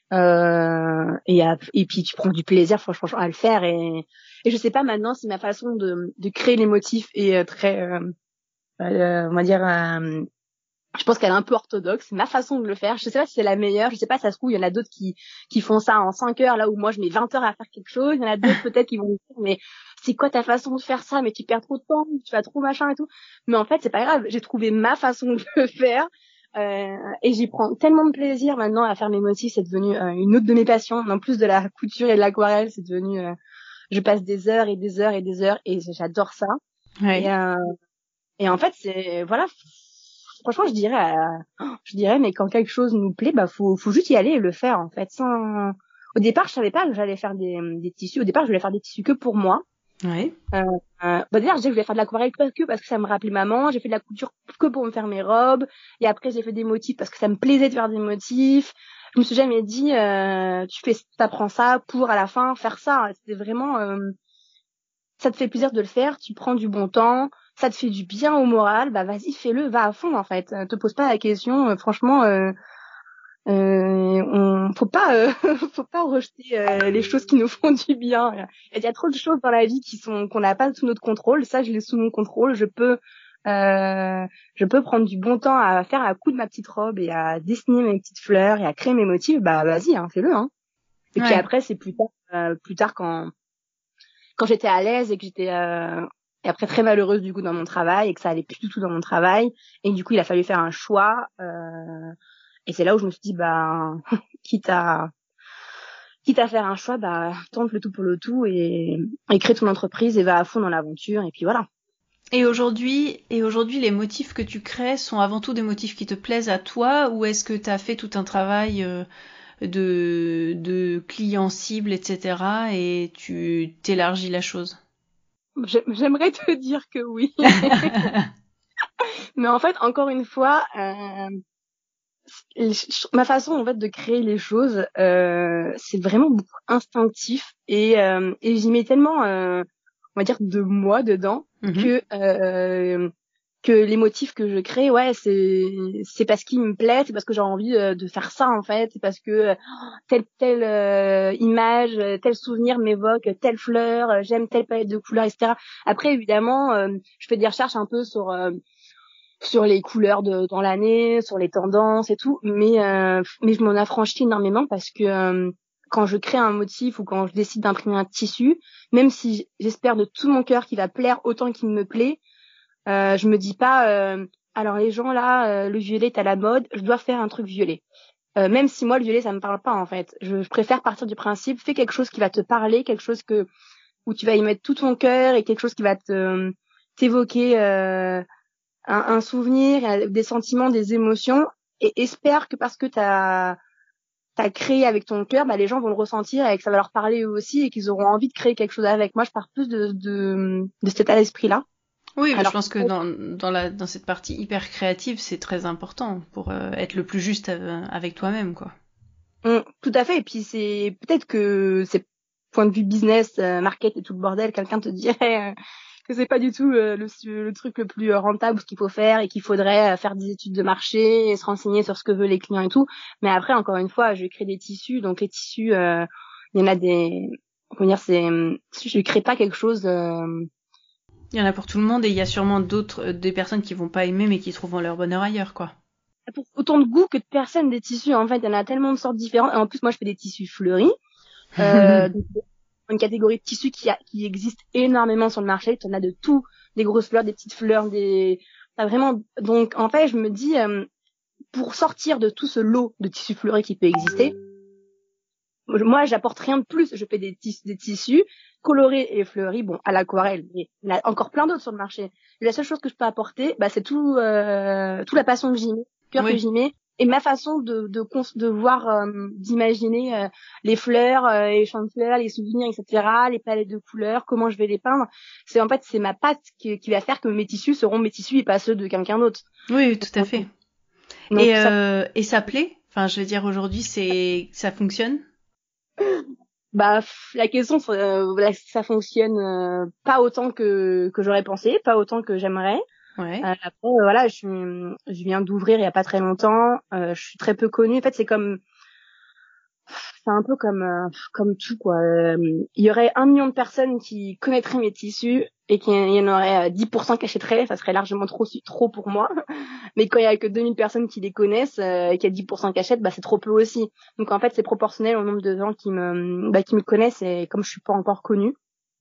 Euh, et, à, et puis tu prends du plaisir franchement à le faire, et, et je sais pas maintenant si ma façon de, de créer les motifs est très euh, euh, on va dire euh, je pense qu'elle est un peu orthodoxe, c'est ma façon de le faire. Je sais pas si c'est la meilleure, je sais pas, ça se trouve il y en a d'autres qui qui font ça en cinq heures là où moi je mets vingt heures à faire quelque chose. Il y en a d'autres peut-être qui vont me dire mais c'est quoi ta façon de faire ça, mais tu perds trop de temps, tu vas trop machin et tout. Mais en fait c'est pas grave, j'ai trouvé ma façon de le faire. Euh, et j'y prends tellement de plaisir maintenant à faire mes motifs. C'est devenu euh, une autre de mes passions. En plus de la couture et de l'aquarelle, c'est devenu, euh, je passe des heures et des heures et des heures et j'adore ça. Ouais. Et, euh, et en fait, c'est voilà. Franchement, je dirais, euh, je dirais, mais quand quelque chose nous plaît, bah faut, faut juste y aller et le faire en fait. Sans... Au départ, je savais pas que j'allais faire des, des tissus. Au départ, je voulais faire des tissus que pour moi. Ouais. Euh, euh, bah d'ailleurs, je disais que je voulais faire de l'aquarelle pas que parce que ça me rappelait maman. J'ai fait de la couture que pour me faire mes robes. Et après, j'ai fait des motifs parce que ça me plaisait de faire des motifs. Je me suis jamais dit, euh, tu fais, t'apprends ça pour à la fin faire ça. C'était vraiment, euh, ça te fait plaisir de le faire. Tu prends du bon temps. Ça te fait du bien au moral. Bah vas-y, fais-le, va à fond en fait. Euh, te pose pas la question. Euh, franchement, euh, euh, on faut pas euh, faut pas rejeter euh, les choses qui nous font du bien. Il y a trop de choses dans la vie qui sont qu'on n'a pas sous notre contrôle. Ça je l'ai sous mon contrôle. Je peux euh, je peux prendre du bon temps à faire à coudre ma petite robe et à dessiner mes petites fleurs et à créer mes motifs. Bah vas-y, hein, fais-le, hein. Et ouais. Puis après c'est plus tard euh, plus tard quand quand j'étais à l'aise et que j'étais euh, et après très malheureuse du coup dans mon travail et que ça allait plus du tout dans mon travail et du coup il a fallu faire un choix. Euh, Et c'est là où je me suis dit, bah, quitte à, quitte à faire un choix, bah, tente le tout pour le tout et, et crée ton entreprise et va à fond dans l'aventure et puis voilà. Et aujourd'hui, et aujourd'hui, les motifs que tu crées sont avant tout des motifs qui te plaisent à toi, ou est-ce que tu as fait tout un travail euh, de, de clients cibles, et cetera, et tu t'élargis la chose? J'aimerais te dire que oui. Mais en fait, encore une fois, euh, ma façon en fait de créer les choses, euh, c'est vraiment beaucoup instinctif et euh, et j'y mets tellement, euh, on va dire, de moi dedans Mm-hmm. que euh, que les motifs que je crée, ouais, c'est c'est parce qu'ils me plaisent, c'est parce que j'ai envie de, de faire ça en fait, c'est parce que telle telle euh, image, tel souvenir m'évoque telle fleur, euh, j'aime telle palette de couleurs, et cetera. Après, évidemment, euh, je fais des recherches un peu sur euh, sur les couleurs de dans l'année, sur les tendances et tout, mais euh, mais je m'en affranchis énormément parce que euh, quand je crée un motif ou quand je décide d'imprimer un tissu, même si j'espère de tout mon cœur qu'il va plaire autant qu'il me plaît, euh, je me dis pas euh, alors les gens là, euh, le violet est à la mode, je dois faire un truc violet. Euh, même si moi le violet ça me parle pas en fait, je, je préfère partir du principe fais quelque chose qui va te parler, quelque chose que où tu vas y mettre tout ton cœur et quelque chose qui va te t'évoquer euh, un, un souvenir, des sentiments, des émotions, et espère que parce que t'as t'as créé avec ton cœur, bah les gens vont le ressentir et que ça va leur parler eux aussi et qu'ils auront envie de créer quelque chose avec. Moi, je pars plus de de, de cet état d'esprit-là. Oui, mais je Alors, pense que dans dans la dans cette partie hyper créative, c'est très important pour euh, être le plus juste euh, avec toi-même, quoi. on, tout à fait. Et puis c'est peut-être que c'est point de vue business, euh, market et tout le bordel, quelqu'un te dirait euh, que c'est pas du tout euh, le, le truc le plus rentable, ce qu'il faut faire et qu'il faudrait euh, faire des études de marché et se renseigner sur ce que veulent les clients et tout. Mais après, encore une fois, je crée des tissus, donc les tissus, euh, il y en a des, comment dire, c'est, je crée pas quelque chose. Euh... Il y en a pour tout le monde et il y a sûrement d'autres, euh, des personnes qui vont pas aimer mais qui trouveront leur bonheur ailleurs, quoi. Pour autant de goût que de personnes des tissus, en fait, il y en a tellement de sortes différentes. Et en plus, moi, je fais des tissus fleuris. Euh, donc, une catégorie de tissus qui, a, qui existe énormément sur le marché. Tu en as de tout, des grosses fleurs, des petites fleurs, des, t'as vraiment. Donc en fait, je me dis, euh, pour sortir de tout ce lot de tissus fleuris qui peut exister, moi, j'apporte rien de plus. Je fais des, tis- des tissus colorés et fleuris, bon, à l'aquarelle, mais il y en a encore plein d'autres sur le marché. Et la seule chose que je peux apporter, bah, c'est tout, euh, toute la passion que j'y mets, le cœur Oui. que j'y mets, et ma façon de de, de voir, euh, d'imaginer euh, les fleurs, euh, les champs de fleurs, les souvenirs, et cetera, les palettes de couleurs, comment je vais les peindre. C'est en fait, c'est ma patte qui, qui va faire que mes tissus seront mes tissus et pas ceux de quelqu'un d'autre. Oui, tout à fait. Donc, et ça... euh, et ça plaît. Enfin, je veux dire, aujourd'hui, c'est ça fonctionne. Bah la question euh, ça fonctionne euh, pas autant que que j'aurais pensé, pas autant que j'aimerais. Ouais. Euh, après euh, voilà, je suis je viens d'ouvrir il y a pas très longtemps, euh, je suis très peu connue. En fait, c'est comme c'est un peu comme euh, comme tout quoi. Euh, il y aurait un million de personnes qui connaîtraient mes tissus et qu'il y en aurait euh, dix pour cent qui achèteraient, ça serait largement trop trop pour moi. Mais quand il y a que deux mille personnes qui les connaissent euh, et qu'il y a dix pour cent qui achètent, bah c'est trop peu aussi. Donc en fait, c'est proportionnel au nombre de gens qui me bah qui me connaissent, et comme je suis pas encore connue,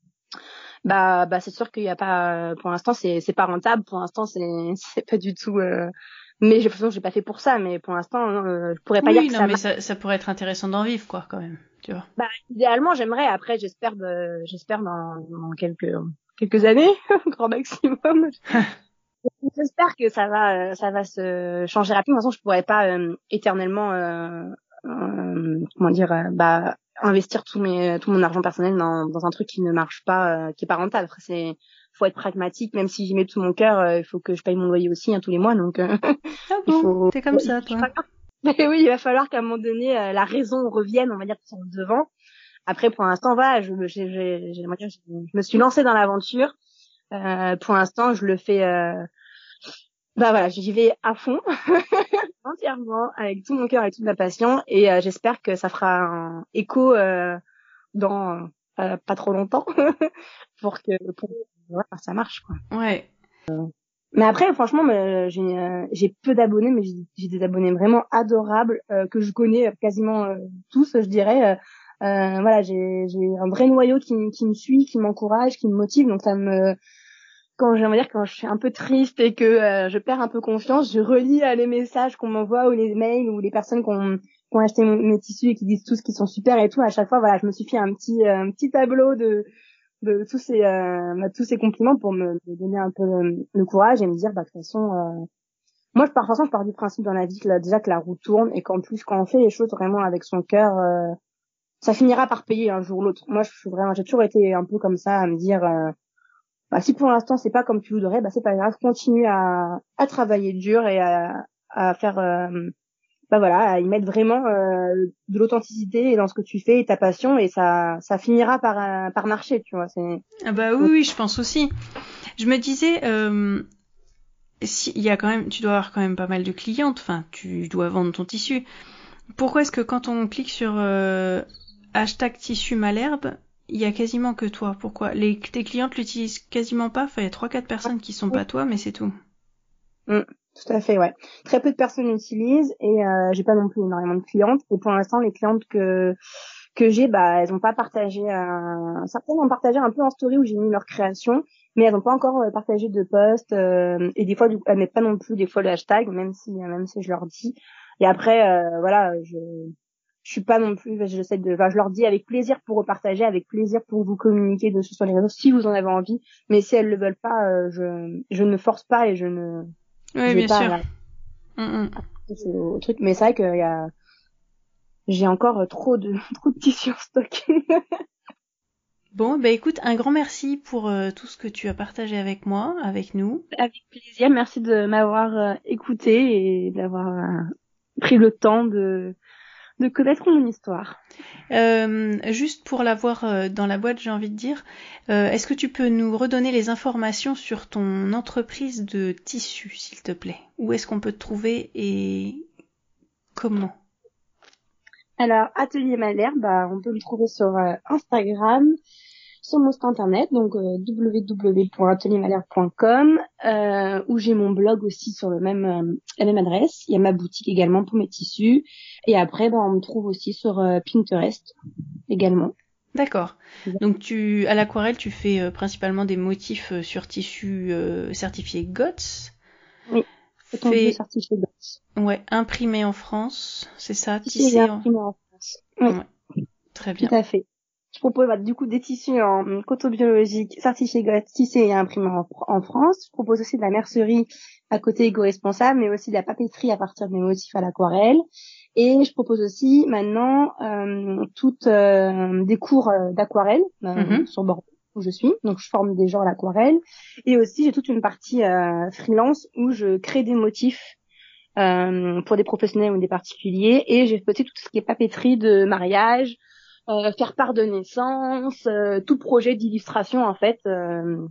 bah bah c'est sûr qu'il y a pas, pour l'instant c'est c'est pas rentable, pour l'instant c'est c'est pas du tout euh... mais de toute façon j'ai pas fait pour ça, mais pour l'instant euh, je pourrais pas dire Oui, que non, ça mais marche. ça, ça pourrait être intéressant d'en vivre, quoi, quand même. Tu vois. Bah idéalement j'aimerais, après j'espère de, j'espère dans, dans quelques quelques années grand maximum. J'espère que ça va euh, ça va se changer rapidement. De toute façon je pourrais pas euh, éternellement euh, euh, comment dire euh, bah investir tout mes tout mon argent personnel dans dans un truc qui ne marche pas, euh, qui est pas rentable. Après, c'est faut être pragmatique, même si j'y mets tout mon cœur, euh, il faut que je paye mon loyer aussi hein, tous les mois, donc euh, Ah il bon, faut t'es comme ça, toi. mais oui, il va falloir qu'à un moment donné euh, la raison revienne, on va dire, sur le devant. Après pour l'instant voilà, je j'ai j'ai j'ai je me suis lancée dans l'aventure. Euh, pour l'instant, je le fais euh, bah voilà, j'y vais à fond, entièrement, avec tout mon cœur et toute ma passion, et euh, j'espère que ça fera un écho euh, dans euh, pas trop longtemps pour que pour voilà, ça marche quoi. Ouais. Mais après franchement mais, j'ai euh, j'ai peu d'abonnés, mais j'ai, j'ai des abonnés vraiment adorables euh, que je connais euh, quasiment euh, tous, je dirais. Euh, euh, voilà, j'ai j'ai un vrai noyau qui qui me suit, qui m'encourage, qui me motive, donc ça me quand je, on va dire, quand je suis un peu triste et que euh, je perds un peu confiance, je relis euh, les messages qu'on m'envoie ou les mails ou les personnes qui ont, qui ont acheté mon, mes tissus et qui disent tous qu'ils sont super et tout. À chaque fois, voilà, je me suis fait un petit euh, un petit tableau de de tous ces euh, bah, tous ces compliments pour me, me donner un peu le, le courage et me dire bah de toute façon euh, moi je pars de toute façon je pars du principe dans la vie que là, déjà que la roue tourne, et qu'en plus quand on fait les choses vraiment avec son cœur, euh, ça finira par payer un jour ou l'autre. Moi je suis vraiment j'ai toujours été un peu comme ça à me dire euh, bah, si pour l'instant c'est pas comme tu voudrais, bah c'est pas grave, continue à, à travailler dur et à, à faire, euh, bah voilà, à y mettre vraiment euh, de l'authenticité dans ce que tu fais et ta passion, et ça, ça finira par, euh, par marcher, tu vois. C'est... Ah bah oui, oui, je pense aussi. Je me disais, euh, si, il y a quand même, tu dois avoir quand même pas mal de clientes, enfin, tu dois vendre ton tissu. Pourquoi est-ce que quand on clique sur euh, hashtag tissu Malherbe, il y a quasiment que toi? Pourquoi? Les, tes clientes l'utilisent quasiment pas? Enfin, il y a trois quatre personnes qui sont pas toi, mais c'est tout. Mmh, tout à fait, ouais. Très peu de personnes l'utilisent, et euh, j'ai pas non plus énormément de clientes. Et pour l'instant, les clientes que que j'ai, bah, elles ont pas partagé. Euh... Certaines ont partagé un peu en story où j'ai mis leur création, mais elles ont pas encore euh, partagé de post. Euh, et des fois, du coup, elles mettent pas non plus des fois le hashtag, même si même si je leur dis. Et après, euh, voilà, je je suis pas non plus, j'essaie de, enfin, je leur dis avec plaisir pour repartager, avec plaisir pour vous communiquer dessus sur les réseaux si vous en avez envie. Mais si elles le veulent pas, euh, je je ne force pas et je ne Oui, je vais bien pas sûr. à, Mm-mm. au, au truc. Mais c'est vrai que y a, j'ai encore trop de trop de tissus en stock. Bon, bah écoute, un grand merci pour euh, tout ce que tu as partagé avec moi, avec nous. Avec plaisir. Merci de m'avoir euh, écouté et d'avoir euh, pris le temps de de connaître mon histoire. Euh, juste pour l'avoir euh, dans la boîte, j'ai envie de dire, euh, est-ce que tu peux nous redonner les informations sur ton entreprise de tissu, s'il te plaît? Où est-ce qu'on peut te trouver et comment? Alors, Atelier Malherbe, bah, on peut me trouver sur euh, Instagram, sur mon site internet, donc euh, w w w point atelier malherbe point com, euh, où j'ai mon blog aussi sur le même euh, la même adresse. Il y a ma boutique également pour mes tissus. Et après, bah, on me trouve aussi sur euh, Pinterest également. D'accord. Donc tu, à l'aquarelle, tu fais euh, principalement des motifs euh, sur tissu euh, certifié G O T S. Oui, coton bio Fait, certifié G O T S. ouais, imprimé en France, c'est ça, Tissu et tissé en... imprimé en France. Oui, Ouais, très tout bien. à fait. Je propose bah, du coup des tissus en coton biologique certifié G O T S, tissé et imprimé en, en France. Je propose aussi de la mercerie à côté éco-responsable, mais aussi de la papeterie à partir des motifs à l'aquarelle. Et je propose aussi maintenant euh, toutes euh, des cours euh, d'aquarelle euh, Mm-hmm. sur Bordeaux où je suis. Donc je forme des gens à l'aquarelle. Et aussi j'ai toute une partie euh, freelance où je crée des motifs euh, pour des professionnels ou des particuliers. Et j'ai fait aussi tout ce qui est papeterie de mariage, euh, faire part de naissance, euh, tout projet d'illustration en fait. Euh,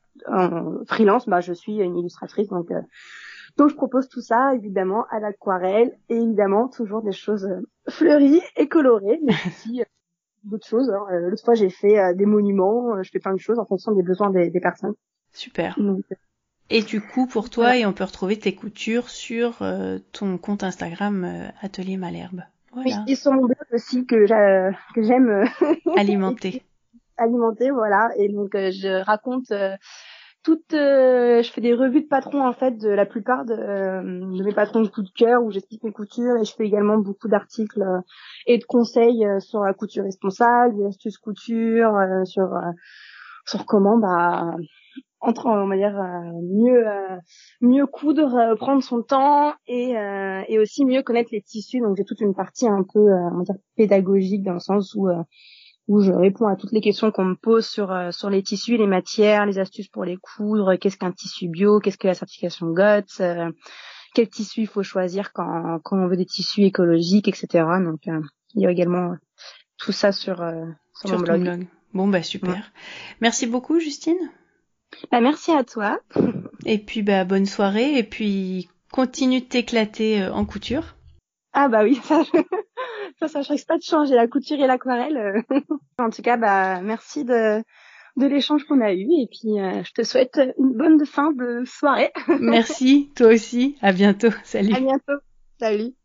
en freelance, bah je suis une illustratrice, donc euh, donc je propose tout ça évidemment à l'aquarelle, et évidemment toujours des choses euh, fleuries et colorées, mais aussi euh, d'autres choses. Hein. Euh, l'autre fois j'ai fait euh, des monuments, euh, je fais plein de choses en fonction des besoins des, des personnes. Super. Donc, euh, Et du coup, pour toi, voilà. et on peut retrouver tes coutures sur euh, ton compte Instagram euh, Atelier Malherbe. Oui, Voilà. et sur mon blog aussi que j'a- que j'aime euh, Alimenté. alimenter, voilà. Et donc euh, je raconte euh, toutes, euh, je fais des revues de patrons en fait de la plupart de, euh, de mes patrons de coup de cœur, où j'explique mes coutures, et je fais également beaucoup d'articles euh, et de conseils euh, sur la couture responsable, des astuces couture, euh, sur euh, sur comment bah entre on va dire euh, mieux euh, mieux coudre, euh, prendre son temps, et euh, et aussi mieux connaître les tissus. Donc j'ai toute une partie un peu euh, on va dire pédagogique, dans le sens où euh, où je réponds à toutes les questions qu'on me pose sur euh, sur les tissus, les matières, les astuces pour les coudre, qu'est-ce qu'un tissu bio, qu'est-ce que la certification G O T S, euh, quel tissu il faut choisir quand quand on veut des tissus écologiques, et cetera. Donc euh, il y a également tout ça sur euh, sur mon Sur ton blog. blog. Bon, bah Ouais. super. Merci beaucoup, Justine. Bah, merci à toi. Et puis, bah bonne soirée. Et puis, continue de t'éclater euh, en couture. Ah bah oui, ça, ça, ça, je risque pas de changer la couture et l'aquarelle. euh. En tout cas, bah merci de de l'échange qu'on a eu, et puis euh, je te souhaite une bonne fin de soirée. Merci, toi aussi. À bientôt. Salut. À bientôt. Salut.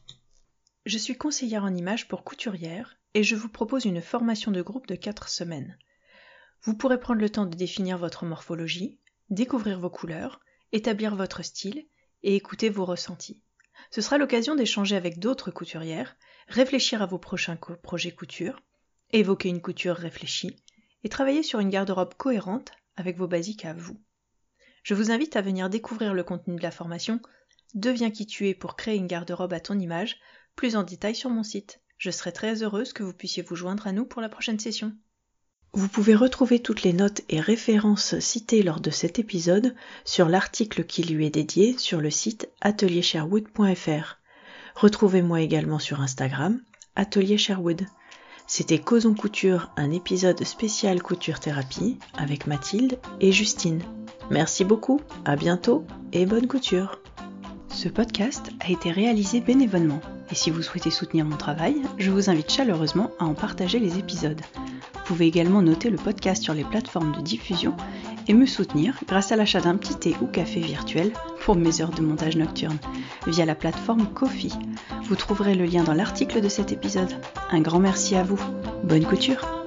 Je suis conseillère en images pour couturière et je vous propose une formation de groupe de quatre semaines. Vous pourrez prendre le temps de définir votre morphologie, découvrir vos couleurs, établir votre style et écouter vos ressentis. Ce sera l'occasion d'échanger avec d'autres couturières, réfléchir à vos prochains co- projets couture, évoquer une couture réfléchie et travailler sur une garde-robe cohérente avec vos basiques à vous. Je vous invite à venir découvrir le contenu de la formation « Deviens qui tu es pour créer une garde-robe à ton image » plus en détail sur mon site. Je serai très heureuse que vous puissiez vous joindre à nous pour la prochaine session. Vous pouvez retrouver toutes les notes et références citées lors de cet épisode sur l'article qui lui est dédié sur le site atelier sherwood point f r. Retrouvez-moi également sur Instagram, Atelier Sherwood. C'était Causons Couture, un épisode spécial couture thérapie avec Mathilde et Justine. Merci beaucoup, à bientôt et bonne couture. Ce podcast a été réalisé bénévolement et si vous souhaitez soutenir mon travail, je vous invite chaleureusement à en partager les épisodes. Vous pouvez également noter le podcast sur les plateformes de diffusion et me soutenir grâce à l'achat d'un petit thé ou café virtuel pour mes heures de montage nocturne via la plateforme Ko-fi. Vous trouverez le lien dans l'article de cet épisode. Un grand merci à vous. Bonne couture!